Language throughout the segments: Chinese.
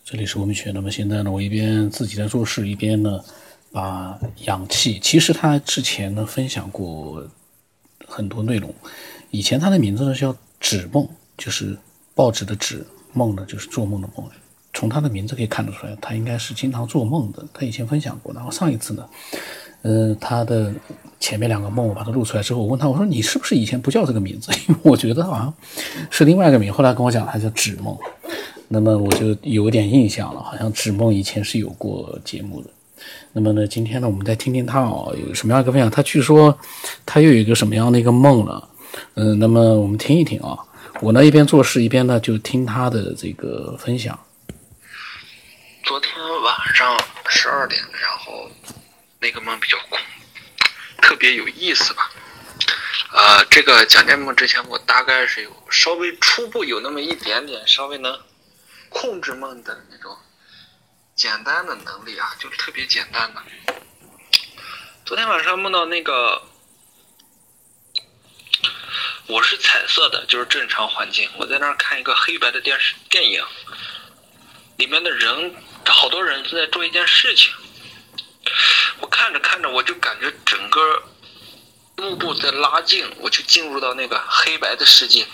这里是文明学。那么现在呢，我一边自己在做事，一边呢把氧气。其实他之前呢分享过很多内容。以前他的名字呢叫纸梦，就是报纸的纸，梦呢就是做梦的梦。从他的名字可以看得出来，他应该是经常做梦的。他以前分享过，然后上一次呢，他的前面2个梦我把它录出来之后，我问他，我说你是不是以前不叫这个名字？因为我觉得好像是另外一个名。后来跟我讲他叫纸梦。那么我就有点印象了，好像纸梦以前是有过节目的。那么呢，今天呢，我们再听听他有什么样一个分享。他据说他又有一个什么样的一个梦了，那么我们听一听啊。我呢一边做事一边呢就听他的这个分享。 昨天晚上12点，然后那个梦比较特别有意思吧。这个讲这梦之前，我大概是有稍微初步有那么一点点稍微能控制梦的那种简单的能力啊，就特别简单的。昨天晚上梦到那个，我是彩色的，就是正常环境，我在那儿看一个黑白的电影，里面的人好多人在做一件事情，我看着看着我就感觉整个幕布在拉近，我就进入到那个黑白的世界，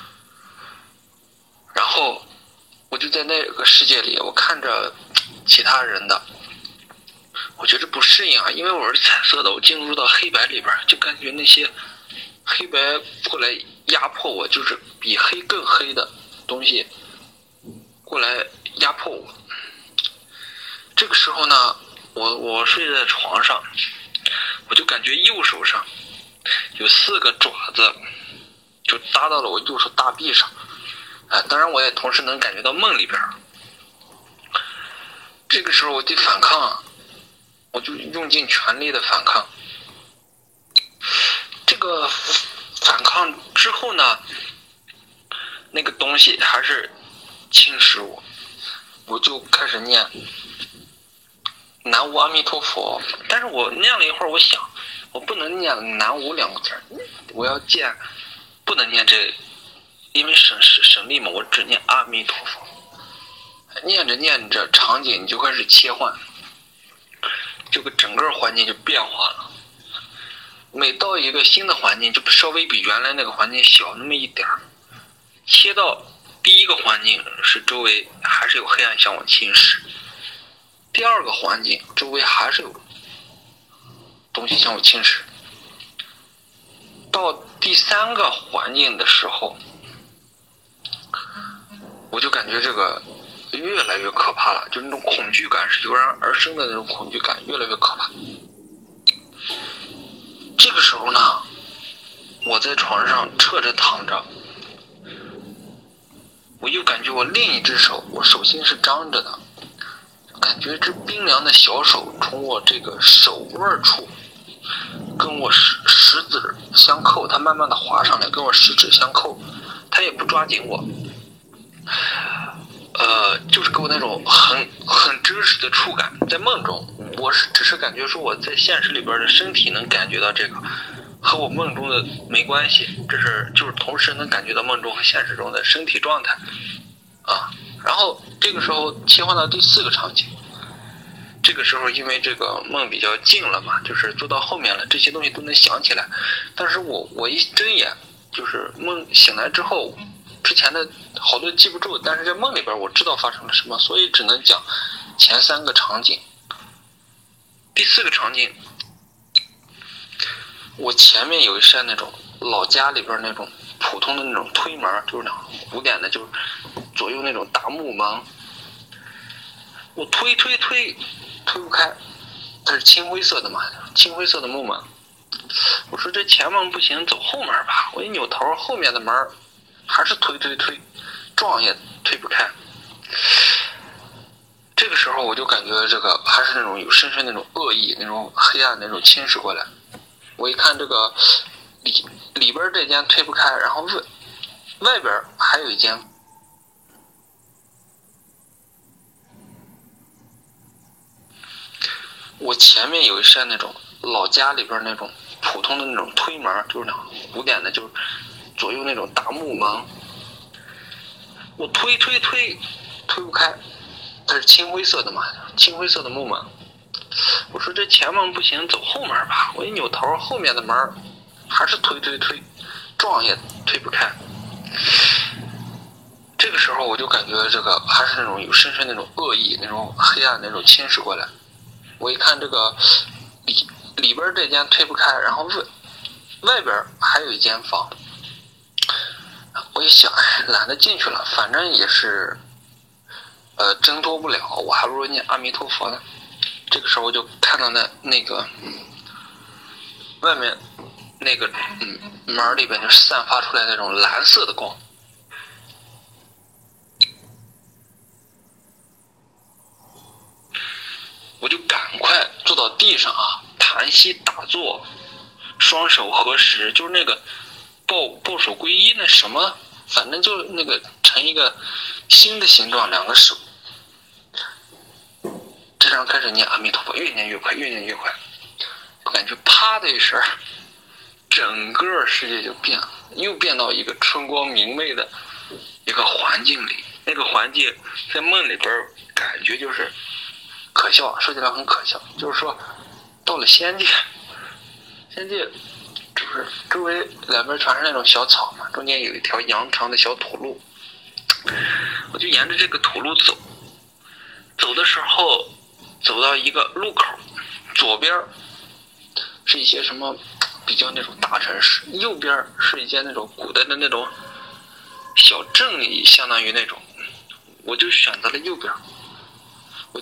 然后我就在那个世界里，我看着其他人的，我觉得不适应啊，因为我是彩色的，我进入到黑白里边，就感觉那些黑白过来压迫我，就是比黑更黑的东西过来压迫我。这个时候呢，我睡在床上，我就感觉右手上有4个爪子，就搭到了我右手大臂上。当然我也同时能感觉到梦里边。这个时候我得反抗，我就用尽全力的反抗。这个反抗之后呢，那个东西还是侵蚀我，我就开始念南无阿弥陀佛。但是我念了一会儿，我想我不能念南无2个字，我要不能念这，因为省力嘛，我只念阿弥陀佛。念着念着，场景就开始切换，这个整个环境就变化了。每到一个新的环境，就稍微比原来那个环境小那么一点儿。切到第一个环境是周围还是有黑暗向我侵蚀，第2个环境周围还是有东西向我侵蚀，到第3个环境的时候，我就感觉这个越来越可怕了，就那种恐惧感是油然而生的那种恐惧感越来越可怕。这个时候呢，我在床上侧着躺着，我又感觉我另一只手，我手心是张着的，感觉这冰凉的小手从我这个手腕处跟我食指相扣，它慢慢的滑上来跟我食指相扣，它也不抓紧我，就是给我那种很真实的触感。在梦中我只是感觉说我在现实里边的身体能感觉到这个，和我梦中的没关系，就是同时能感觉到梦中和现实中的身体状态啊。然后这个时候切换到第4个场景，这个时候因为这个梦比较近了嘛，就是做到后面了，这些东西都能想起来。但是我一睁眼，就是梦醒来之后，之前的好多记不住，但是在梦里边我知道发生了什么，所以只能讲前3个场景。第4个场景，我前面有一扇那种老家里边那种普通的那种推门，就是那种古典的，就是左右那种大木门，我推不开，它是青灰色的嘛，青灰色的木门。我说这前门不行，走后门吧。我一扭头，后面的门还是推，撞也推不开。这个时候我就感觉这个还是那种有深深那种恶意，那种黑暗那种侵蚀过来。我一看这个里边这间推不开，然后外边还有一间，我前面有一扇那种老家里边那种普通的那种推门，就是那种古典的，就是左右那种大木门，我推不开，它它是青灰色的嘛，青灰色的木门。我说这前门不行，走后门吧。我一扭头，后面的门还是推，撞也推不开。这个时候我就感觉这个还是那种有深深那种恶意，那种黑暗那种侵蚀过来。我一看这个里边这间推不开，然后外边还有一间房。我一想，懒得进去了，反正也是挣脱不了，我还不如念阿弥陀佛呢。这个时候我就看到那个外面那个门里边就散发出来那种蓝色的光。我就赶快坐到地上啊，盘膝打坐，双手合十，就是那个抱手皈依那什么，反正就那个成一个心的形状，两个手。这样开始念阿弥陀佛，越念越快，我感觉啪的一声，整个世界就变了，又变到一个春光明媚的一个环境里。那个环境在梦里边感觉就是可笑，说起来很可笑，就是说到了仙界就是周围两边全是那种小草嘛，中间有一条羊肠的小土路。我就沿着这个土路走的时候，走到一个路口，左边是一些什么比较那种大城市，右边是一间那种古代的那种小镇里，相当于那种。我就选择了右边，我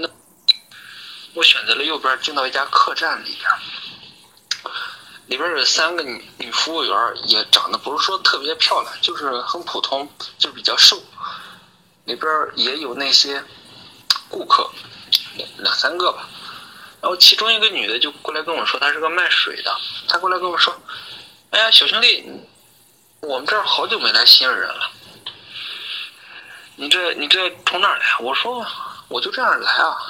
选择了右边，进到一家客栈里边。里边有3个女服务员，也长得不是说特别漂亮，就是很普通，就比较瘦。里边也有那些顾客，2、3个吧。然后其中一个女的就过来跟我说，她是个卖水的。她过来跟我说：“哎呀，小兄弟，我们这儿好久没来新人了。你这从哪儿来？”我说：“我就这样来啊。”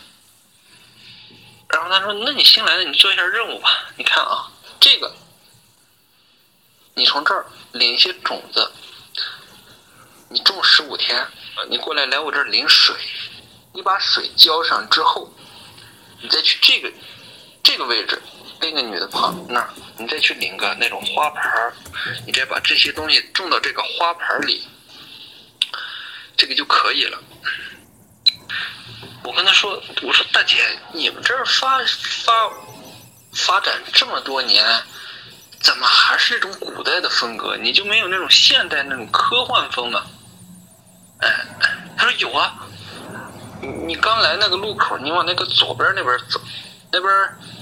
然后她说：“那你新来的，你做一下任务吧。你看啊，这个你从这儿领一些种子，你种15天，你过来我这儿领水，你把水浇上之后，你再去这个位置，那个女的旁那儿，你再去领个那种花盆，你再把这些东西种到这个花盆里，这个就可以了。”我跟她说：“我说大姐，你们这儿发展这么多年，怎么还是这种古代的风格？你就没有那种现代那种科幻风吗？”她说：“有啊，你刚来那个路口，你往那个左边那边走，那边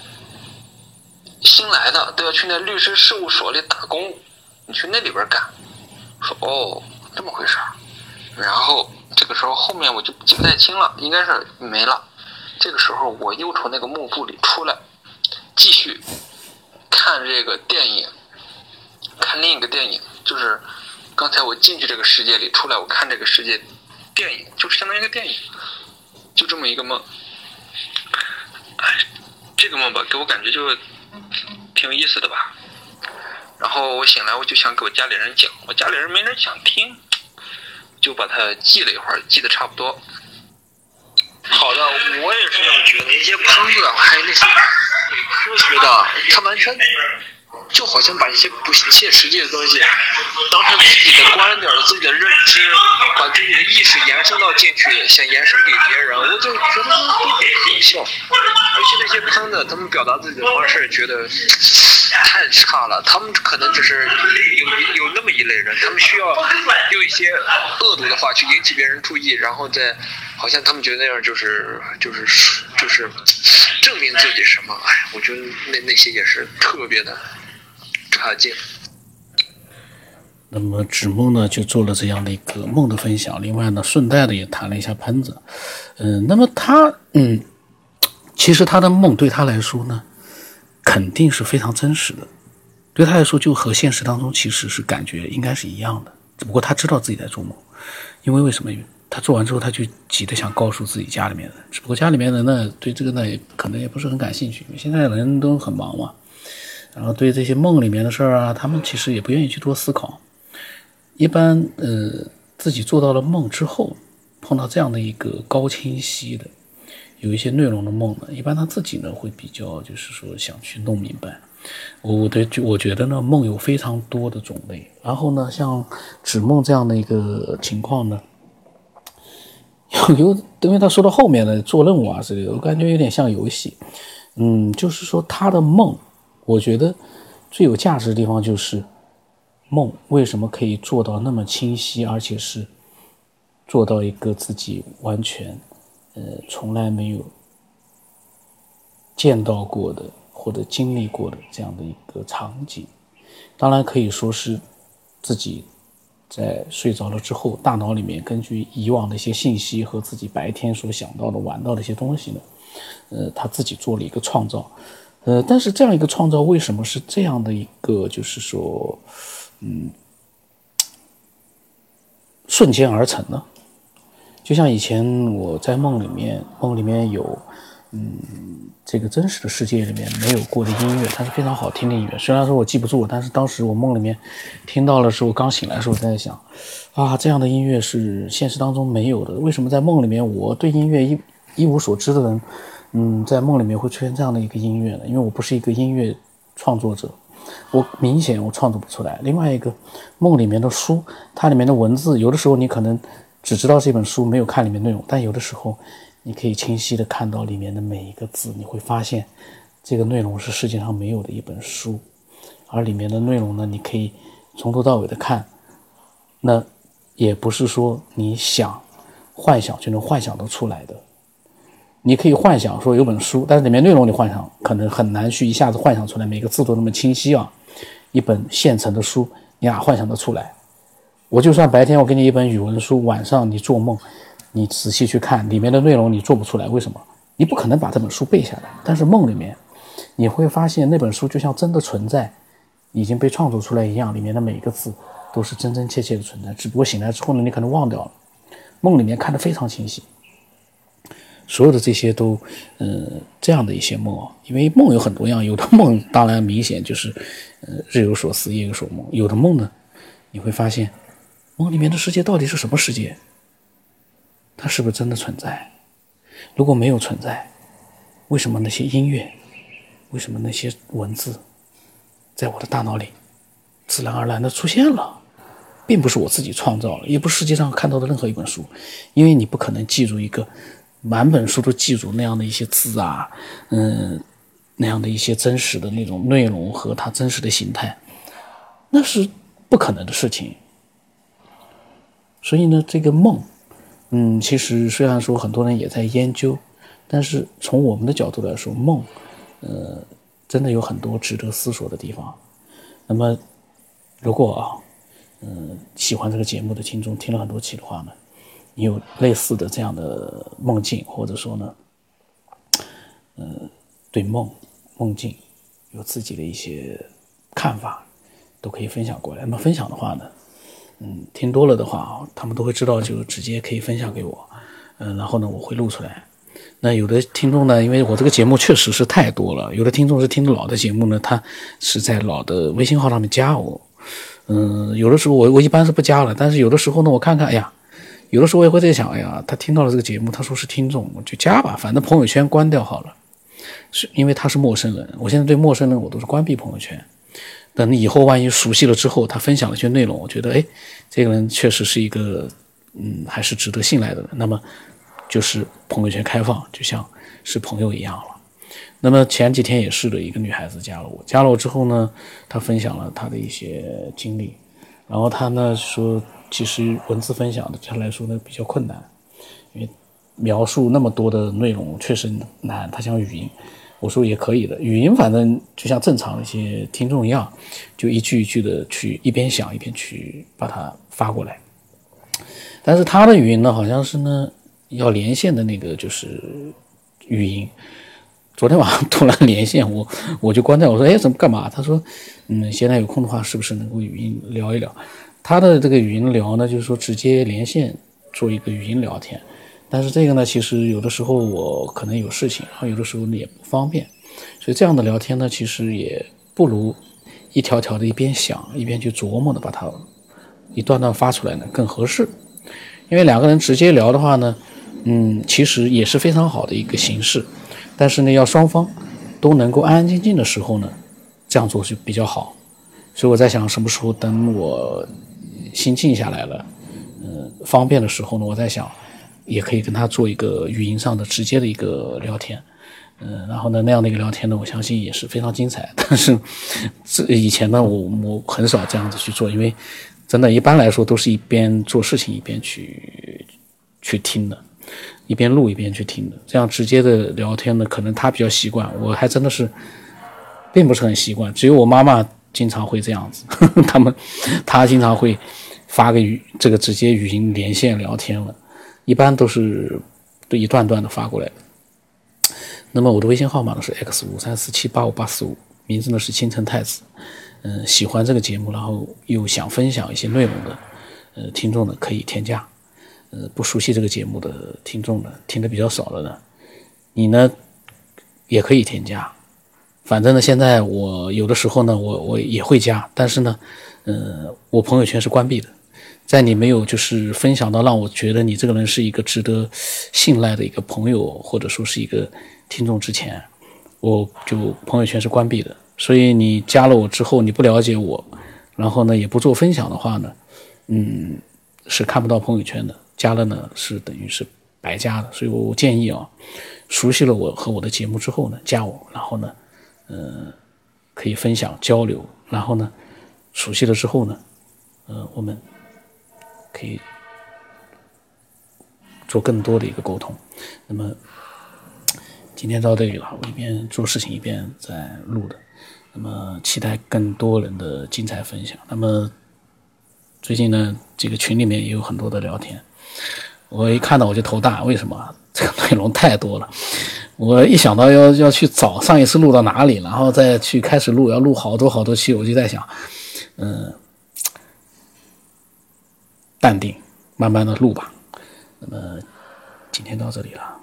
新来的都要去那律师事务所里打工，你去那里边干。”说：“哦，这么回事。”然后这个时候后面我就记不太清了，应该是没了。这个时候我又从那个幕布里出来，继续看这个电影，看另一个电影，就是刚才我进去这个世界里出来，我看这个世界电影，就是相当于一个电影，就这么一个梦。这个梦吧，给我感觉就挺有意思的吧。然后我醒来，我就想给我家里人讲，我家里人没人想听，就把它记了一会儿，记得差不多。好的，我也是这样觉得。一些喷子还有那些科学的，他完全就好像把一些不切实际的东西当成自己的观点、自己的认知，把自己的意识延伸到进去，想延伸给别人，我就觉得都很可笑。尤其那些喷子，他们表达自己的方式，觉得太差了。他们可能只是有那么一类人，他们需要用一些恶毒的话去引起别人注意，然后再好像他们觉得那样就是证明自己什么。我觉得那些也是特别的差劲。 那么芷梦呢就做了这样的一个梦的分享，另外呢顺带的也谈了一下喷子。那么他其实他的梦对他来说呢肯定是非常真实的，对他来说就和现实当中其实是感觉应该是一样的，只不过他知道自己在做梦。因为什么？他做完之后他就急得想告诉自己家里面人，只不过家里面人呢对这个呢可能也不是很感兴趣，因为现在人都很忙嘛，然后对这些梦里面的事儿啊，他们其实也不愿意去多思考。一般自己做到了梦之后， 碰到这样的一个高清晰的有一些内容的梦呢，一般他自己呢会比较就是说想去弄明白。我觉得呢，梦有非常多的种类，然后呢，像指梦这样的一个情况呢，因为他说到后面呢，做任务啊之类的，我感觉有点像游戏。就是说他的梦，我觉得最有价值的地方就是梦为什么可以做到那么清晰，而且是做到一个自己完全从来没有见到过的或者经历过的这样的一个场景。当然可以说是自己在睡着了之后，大脑里面根据以往的一些信息和自己白天所想到的玩到的一些东西呢，他自己做了一个创造。但是这样一个创造为什么是这样的一个就是说瞬间而成呢？就像以前我在梦里面有这个真实的世界里面没有过的音乐，它是非常好听的音乐。虽然说我记不住，但是当时我梦里面听到的时候，刚醒来的时候在想啊，这样的音乐是现实当中没有的。为什么在梦里面我对音乐一无所知的人，在梦里面会出现这样的一个音乐呢？因为我不是一个音乐创作者，我明显创作不出来。另外一个，梦里面的书，它里面的文字，有的时候你可能只知道这本书，没有看里面内容，但有的时候你可以清晰的看到里面的每一个字，你会发现这个内容是世界上没有的一本书，而里面的内容呢，你可以从头到尾的看，那也不是说你想幻想就能幻想得出来的。你可以幻想说有本书，但是里面内容你幻想可能很难去一下子幻想出来，每个字都那么清晰啊。一本现成的书，你哪幻想得出来？我就算白天我给你一本语文书，晚上你做梦，你仔细去看里面的内容，你做不出来。为什么？你不可能把这本书背下来。但是梦里面，你会发现那本书就像真的存在，已经被创作出来一样，里面的每一个字都是真真切切的存在。只不过醒来之后呢，你可能忘掉了。梦里面看得非常清晰。所有的这些都这样的一些梦，因为梦有很多样，有的梦当然明显就是日有所思夜有所梦，有的梦呢你会发现梦里面的世界到底是什么世界，它是不是真的存在？如果没有存在，为什么那些音乐，为什么那些文字在我的大脑里自然而然的出现了，并不是我自己创造了，也不是世界上看到的任何一本书，因为你不可能记住一个满本书都记住那样的一些字啊，那样的一些真实的那种内容和它真实的形态，那是不可能的事情。所以呢，这个梦，其实虽然说很多人也在研究，但是从我们的角度来说，梦，真的有很多值得思索的地方。那么，如果喜欢这个节目的听众听了很多期的话呢，你有类似的这样的梦境，或者说呢，对梦境有自己的一些看法，都可以分享过来。那么分享的话呢，听多了的话，他们都会知道，就直接可以分享给我，然后呢，我会录出来。那有的听众呢，因为我这个节目确实是太多了，有的听众是听的老的节目呢，他是在老的微信号上面加我，有的时候我一般是不加了，但是有的时候呢，我看看，哎呀。有的时候我也会在想，哎呀，他听到了这个节目，他说是听众，我就加吧，反正朋友圈关掉好了。是因为他是陌生人，我现在对陌生人我都是关闭朋友圈。等以后万一熟悉了之后，他分享了一些内容，我觉得，哎，这个人确实是一个，还是值得信赖的人，那么就是朋友圈开放，就像是朋友一样了。那么前几天也是的，一个女孩子加了我之后呢，她分享了她的一些经历，然后她呢说，其实文字分享的对他来说呢比较困难，因为描述那么多的内容确实难。他想语音，我说也可以的，语音反正就像正常的一些听众一样，就一句一句的去一边想一边去把它发过来。但是他的语音呢，好像是呢要连线的那个就是语音。昨天晚上突然连线我就关掉，我说怎么干嘛？他说现在有空的话是不是能够语音聊一聊。他的这个语音聊呢，就是说直接连线做一个语音聊天，但是这个呢，其实有的时候我可能有事情，然后有的时候呢也不方便，所以这样的聊天呢，其实也不如一条条的一边想一边去琢磨的把它一段段发出来呢更合适。 因为两个人直接聊的话呢，其实也是非常好的一个形式，但是呢，要双方都能够安安静静的时候呢，这样做就比较好。所以我在想，什么时候等我心静下来了，方便的时候呢，我在想，也可以跟他做一个语音上的直接的一个聊天。然后呢，那样的一个聊天呢，我相信也是非常精彩。但是以前呢，我很少这样子去做，因为真的一般来说都是一边做事情一边去听的，一边录一边去听的。这样直接的聊天呢，可能他比较习惯，我还真的是并不是很习惯。只有我妈妈经常会这样子，她经常会发个这个直接语音连线聊天了，一般都是一段段的发过来的。那么我的微信号码呢是 X53478585，名字呢是青城太子。喜欢这个节目，然后又想分享一些内容的听众呢可以添加。不熟悉这个节目的听众呢，听得比较少了呢，你呢也可以添加。反正呢，现在我有的时候呢，我也会加，但是呢，我朋友圈是关闭的。在你没有就是分享到让我觉得你这个人是一个值得信赖的一个朋友，或者说是一个听众之前，我就朋友圈是关闭的。所以你加了我之后，你不了解我，然后呢也不做分享的话呢，是看不到朋友圈的。加了呢是等于是白加的。所以我建议熟悉了我和我的节目之后呢，加我，然后呢可以分享交流，然后呢熟悉了之后呢我们可以做更多的一个沟通。那么今天到这里了，我一边做事情一边在录的，那么期待更多人的精彩分享。那么最近呢，这个群里面也有很多的聊天，我一看到我就头大，为什么？这个内容太多了，我一想到要去找上一次录到哪里，然后再去开始录，要录好多期，我就在想淡定慢慢的录吧。那么今天到这里了。